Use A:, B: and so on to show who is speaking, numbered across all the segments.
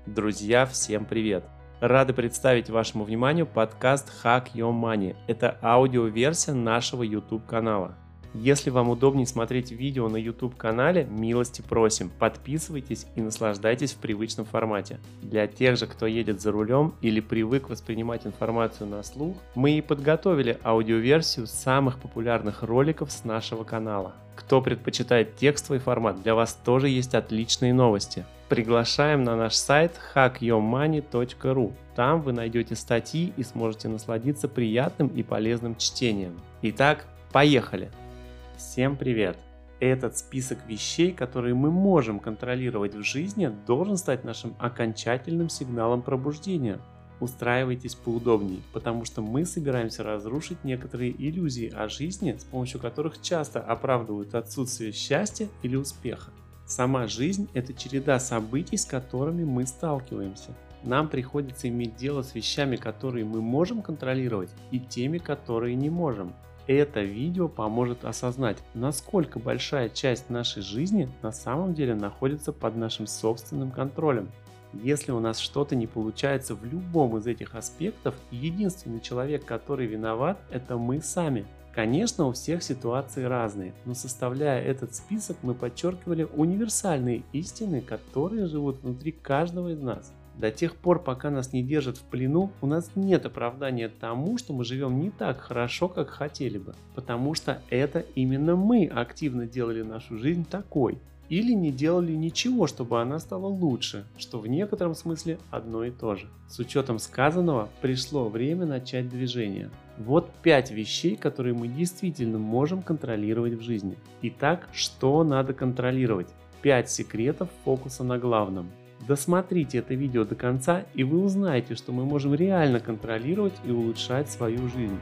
A: Друзья, всем привет! Рады представить вашему вниманию подкаст Hack Your Money. Это аудиоверсия нашего YouTube канала. Если вам удобнее смотреть видео на YouTube канале, милости просим, подписывайтесь и наслаждайтесь в привычном формате. Для тех же, кто едет за рулем или привык воспринимать информацию на слух, мы и подготовили аудиоверсию самых популярных роликов с нашего канала. Кто предпочитает текстовый формат, для вас тоже есть отличные новости. Приглашаем на наш сайт hackyourmoney.ru. Там вы найдете статьи и сможете насладиться приятным и полезным чтением. Итак, поехали! Всем привет! Этот список вещей, которые мы можем контролировать в жизни, должен стать нашим окончательным сигналом пробуждения. Устраивайтесь поудобнее, потому что мы собираемся разрушить некоторые иллюзии о жизни, с помощью которых часто оправдывают отсутствие счастья или успеха. Сама жизнь – это череда событий, с которыми мы сталкиваемся. Нам приходится иметь дело с вещами, которые мы можем контролировать, и теми, которые не можем. Это видео поможет осознать, насколько большая часть нашей жизни на самом деле находится под нашим собственным контролем. Если у нас что-то не получается в любом из этих аспектов, единственный человек, который виноват, это мы сами. Конечно, у всех ситуации разные, но составляя этот список, мы подчеркивали универсальные истины, которые живут внутри каждого из нас. До тех пор, пока нас не держат в плену, у нас нет оправдания тому, что мы живем не так хорошо, как хотели бы, потому что это именно мы активно делали нашу жизнь такой. Или не делали ничего, чтобы она стала лучше, что в некотором смысле одно и то же. С учетом сказанного, пришло время начать движение. Вот 5 вещей, которые мы действительно можем контролировать в жизни. Итак, что надо контролировать? 5 секретов фокуса на главном. Досмотрите это видео до конца, и вы узнаете, что мы можем реально контролировать и улучшать свою жизнь.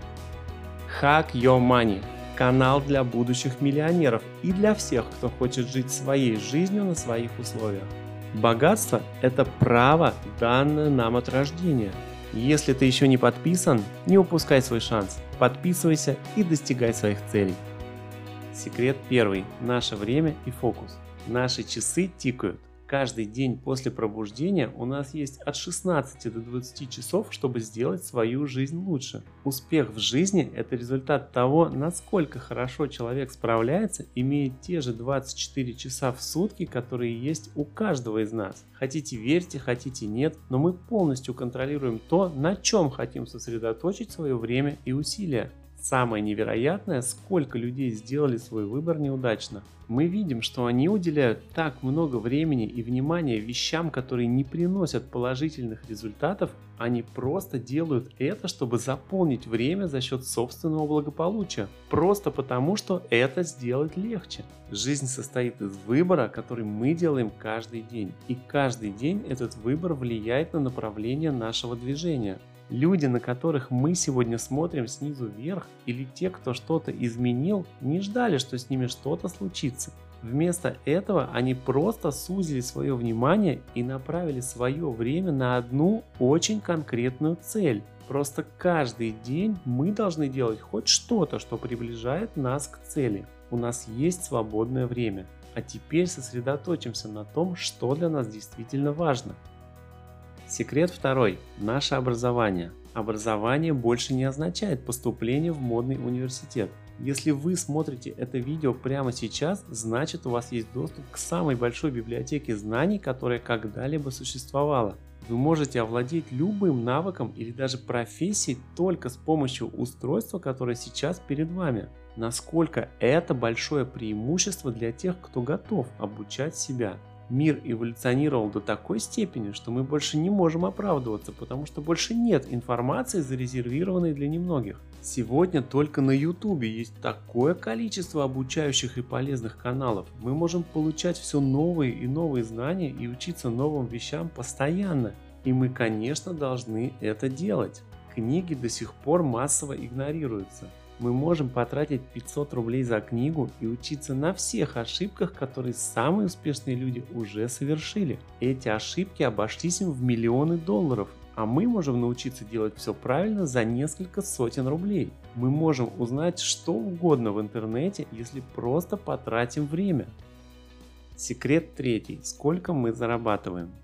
A: Hack Your Money. Канал для будущих миллионеров и для всех, кто хочет жить своей жизнью на своих условиях. Богатство – это право, данное нам от рождения. Если ты еще не подписан, не упускай свой шанс. Подписывайся и достигай своих целей. Секрет первый. Наше время и фокус. Наши часы тикают. Каждый день после пробуждения у нас есть от 16 до 20 часов, чтобы сделать свою жизнь лучше. Успех в жизни – это результат того, насколько хорошо человек справляется, имея те же 24 часа в сутки, которые есть у каждого из нас. Хотите верьте, хотите нет, но мы полностью контролируем то, на чем хотим сосредоточить свое время и усилия. Самое невероятное, сколько людей сделали свой выбор неудачно. Мы видим, что они уделяют так много времени и внимания вещам, которые не приносят положительных результатов, они просто делают это, чтобы заполнить время за счет собственного благополучия. Просто потому, что это сделать легче. Жизнь состоит из выбора, который мы делаем каждый день. И каждый день этот выбор влияет на направление нашего движения. Люди, на которых мы сегодня смотрим снизу вверх, или те, кто что-то изменил, не ждали, что с ними что-то случится. Вместо этого они просто сузили свое внимание и направили свое время на одну очень конкретную цель. Просто каждый день мы должны делать хоть что-то, что приближает нас к цели. У нас есть свободное время. А теперь сосредоточимся на том, что для нас действительно важно. Секрет второй. Наше образование. Образование больше не означает поступление в модный университет. Если вы смотрите это видео прямо сейчас, значит у вас есть доступ к самой большой библиотеке знаний, которая когда-либо существовала. Вы можете овладеть любым навыком или даже профессией только с помощью устройства, которое сейчас перед вами. Насколько это большое преимущество для тех, кто готов обучать себя. Мир эволюционировал до такой степени, что мы больше не можем оправдываться, потому что больше нет информации, зарезервированной для немногих. Сегодня только на YouTube есть такое количество обучающих и полезных каналов. Мы можем получать все новые и новые знания и учиться новым вещам постоянно. И мы, конечно, должны это делать. Книги до сих пор массово игнорируются. Мы можем потратить 500 рублей за книгу и учиться на всех ошибках, которые самые успешные люди уже совершили. Эти ошибки обошлись им в миллионы долларов, а мы можем научиться делать все правильно за несколько сотен рублей. Мы можем узнать что угодно в интернете, если просто потратим время. Секрет третий. Сколько мы зарабатываем?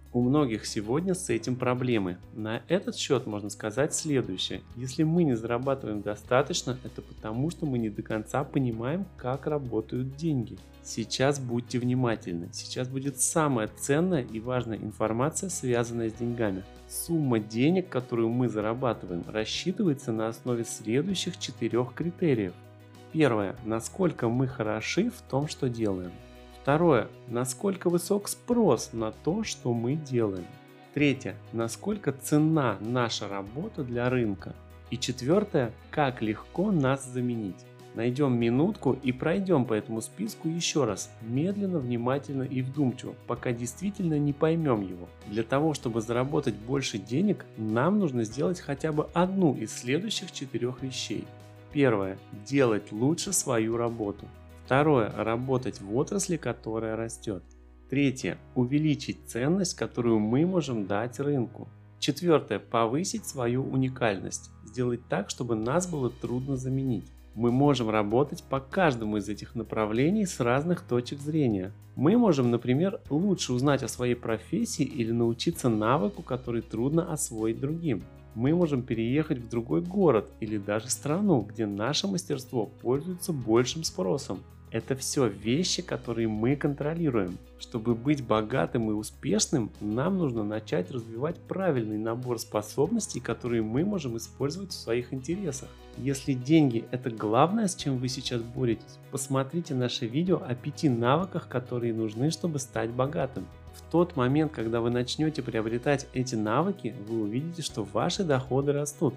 A: У многих сегодня с этим проблемы. На этот счет можно сказать следующее. Если мы не зарабатываем достаточно, это потому, что мы не до конца понимаем, как работают деньги. Сейчас будьте внимательны. Сейчас будет самая ценная и важная информация, связанная с деньгами. Сумма денег, которую мы зарабатываем, рассчитывается на основе следующих 4 критериев. Первое. Насколько мы хороши в том, что делаем. Второе. Насколько высок спрос на то, что мы делаем. Третье. Насколько ценна наша работа для рынка. И четвертое. Как легко нас заменить. Найдем минутку и пройдем по этому списку еще раз, медленно, внимательно и вдумчиво, пока действительно не поймем его. Для того, чтобы заработать больше денег, нам нужно сделать хотя бы одну из следующих 4 вещей. Первое. Делать лучше свою работу. Второе. Работать в отрасли, которая растет. Третье. Увеличить ценность, которую мы можем дать рынку. Четвертое. Повысить свою уникальность. Сделать так, чтобы нас было трудно заменить. Мы можем работать по каждому из этих направлений с разных точек зрения. Мы можем, например, лучше узнать о своей профессии или научиться навыку, который трудно освоить другим. Мы можем переехать в другой город или даже страну, где наше мастерство пользуется большим спросом. Это все вещи, которые мы контролируем. Чтобы быть богатым и успешным, нам нужно начать развивать правильный набор способностей, которые мы можем использовать в своих интересах. Если деньги – это главное, с чем вы сейчас боретесь, посмотрите наше видео о 5 навыках, которые нужны, чтобы стать богатым. В тот момент, когда вы начнете приобретать эти навыки, вы увидите, что ваши доходы растут.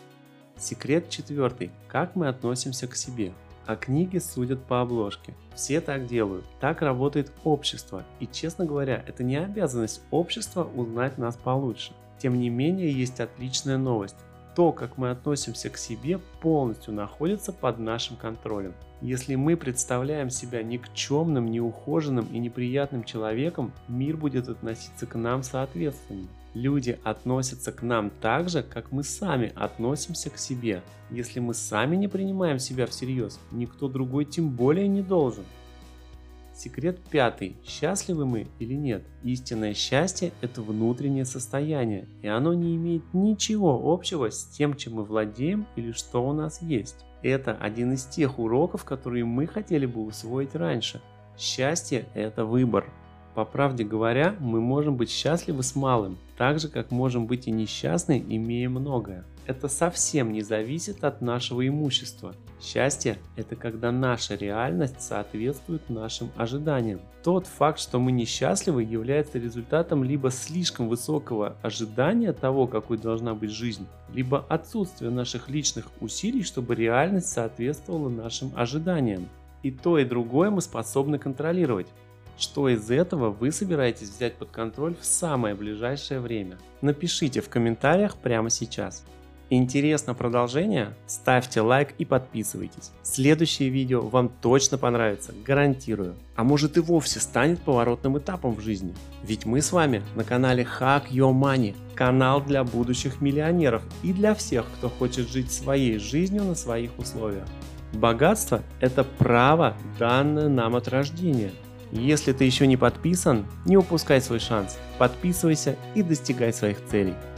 A: Секрет 4. Как мы относимся к себе. А книги судят по обложке. Все так делают. Так работает общество. И, честно говоря, это не обязанность общества узнать нас получше. Тем не менее, есть отличная новость. То, как мы относимся к себе, полностью находится под нашим контролем. Если мы представляем себя никчемным, неухоженным и неприятным человеком, мир будет относиться к нам соответственно. Люди относятся к нам так же, как мы сами относимся к себе. Если мы сами не принимаем себя всерьез, никто другой тем более не должен. Секрет 5. Счастливы мы или нет? Истинное счастье – это внутреннее состояние, и оно не имеет ничего общего с тем, чем мы владеем или что у нас есть. Это один из тех уроков, которые мы хотели бы усвоить раньше. Счастье – это выбор. По правде говоря, мы можем быть счастливы с малым, так же как можем быть и несчастны, имея многое. Это совсем не зависит от нашего имущества. Счастье – это когда наша реальность соответствует нашим ожиданиям. Тот факт, что мы несчастливы, является результатом либо слишком высокого ожидания того, какой должна быть жизнь, либо отсутствия наших личных усилий, чтобы реальность соответствовала нашим ожиданиям. И то, и другое мы способны контролировать. Что из этого вы собираетесь взять под контроль в самое ближайшее время? Напишите в комментариях прямо сейчас. Интересно продолжение? Ставьте лайк и подписывайтесь. Следующее видео вам точно понравится, гарантирую. А может и вовсе станет поворотным этапом в жизни. Ведь мы с вами на канале Hack Your Money. Канал для будущих миллионеров и для всех, кто хочет жить своей жизнью на своих условиях. Богатство – это право, данное нам от рождения. Если ты еще не подписан, не упускай свой шанс. Подписывайся и достигай своих целей.